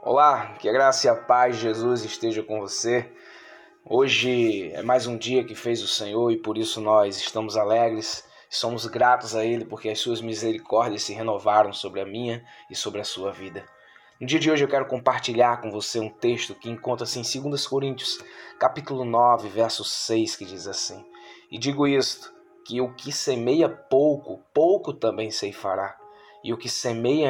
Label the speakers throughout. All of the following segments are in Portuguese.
Speaker 1: Olá, que a graça e a paz de Jesus esteja com você. Hoje é mais um dia que fez o Senhor e por isso nós estamos alegres, somos gratos a Ele porque as suas misericórdias se renovaram sobre a minha e sobre a sua vida. No dia de hoje eu quero compartilhar com você um texto que encontra-se em 2 Coríntios, capítulo 9, verso 6, que diz assim: E digo isto, que o que semeia pouco, pouco também ceifará, e o que semeia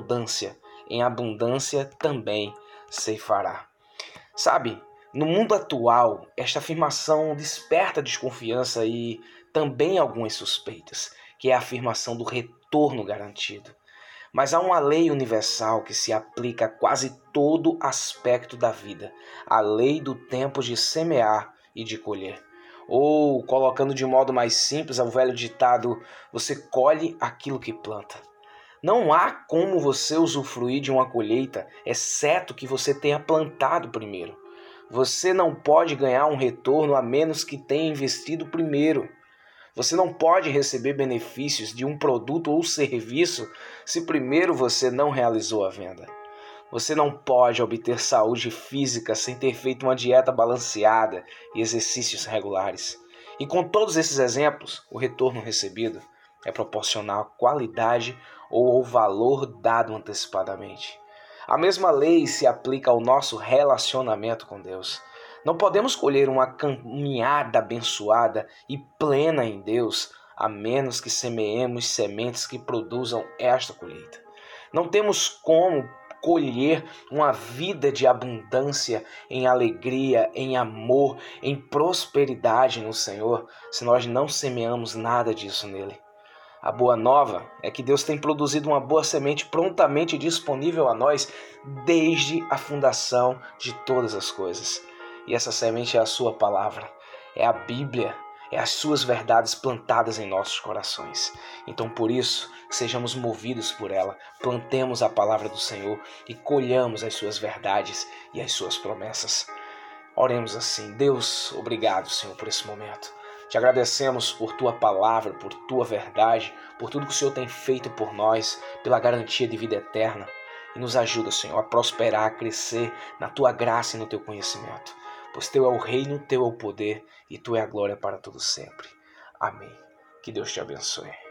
Speaker 1: em abundância também ceifará. Sabe, no mundo atual, esta afirmação desperta desconfiança e também algumas suspeitas, que é a afirmação do retorno garantido. Mas há uma lei universal que se aplica a quase todo aspecto da vida, a lei do tempo de semear e de colher. Ou, colocando de modo mais simples, ao velho ditado, você colhe aquilo que planta. Não há como você usufruir de uma colheita, exceto que você tenha plantado primeiro. Você não pode ganhar um retorno a menos que tenha investido primeiro. Você não pode receber benefícios de um produto ou serviço se primeiro você não realizou a venda. Você não pode obter saúde física sem ter feito uma dieta balanceada e exercícios regulares. E com todos esses exemplos, o retorno recebido é proporcional à qualidade ou ao valor dado antecipadamente. A mesma lei se aplica ao nosso relacionamento com Deus. Não podemos colher uma caminhada abençoada e plena em Deus, a menos que semeemos sementes que produzam esta colheita. Não temos como colher uma vida de abundância, em alegria, em amor, em prosperidade no Senhor, se nós não semeamos nada disso nele. A boa nova é que Deus tem produzido uma boa semente prontamente disponível a nós desde a fundação de todas as coisas. E essa semente é a sua palavra, é a Bíblia, é as suas verdades plantadas em nossos corações. Então, por isso, sejamos movidos por ela, plantemos a palavra do Senhor e colhamos as suas verdades e as suas promessas. Oremos assim: Deus, obrigado, Senhor, por esse momento. Te agradecemos por Tua palavra, por Tua verdade, por tudo que o Senhor tem feito por nós, pela garantia de vida eterna. E nos ajuda, Senhor, a prosperar, a crescer na Tua graça e no Teu conhecimento. Pois Teu é o reino, Teu é o poder e Tua é a glória para todo sempre. Amém. Que Deus te abençoe.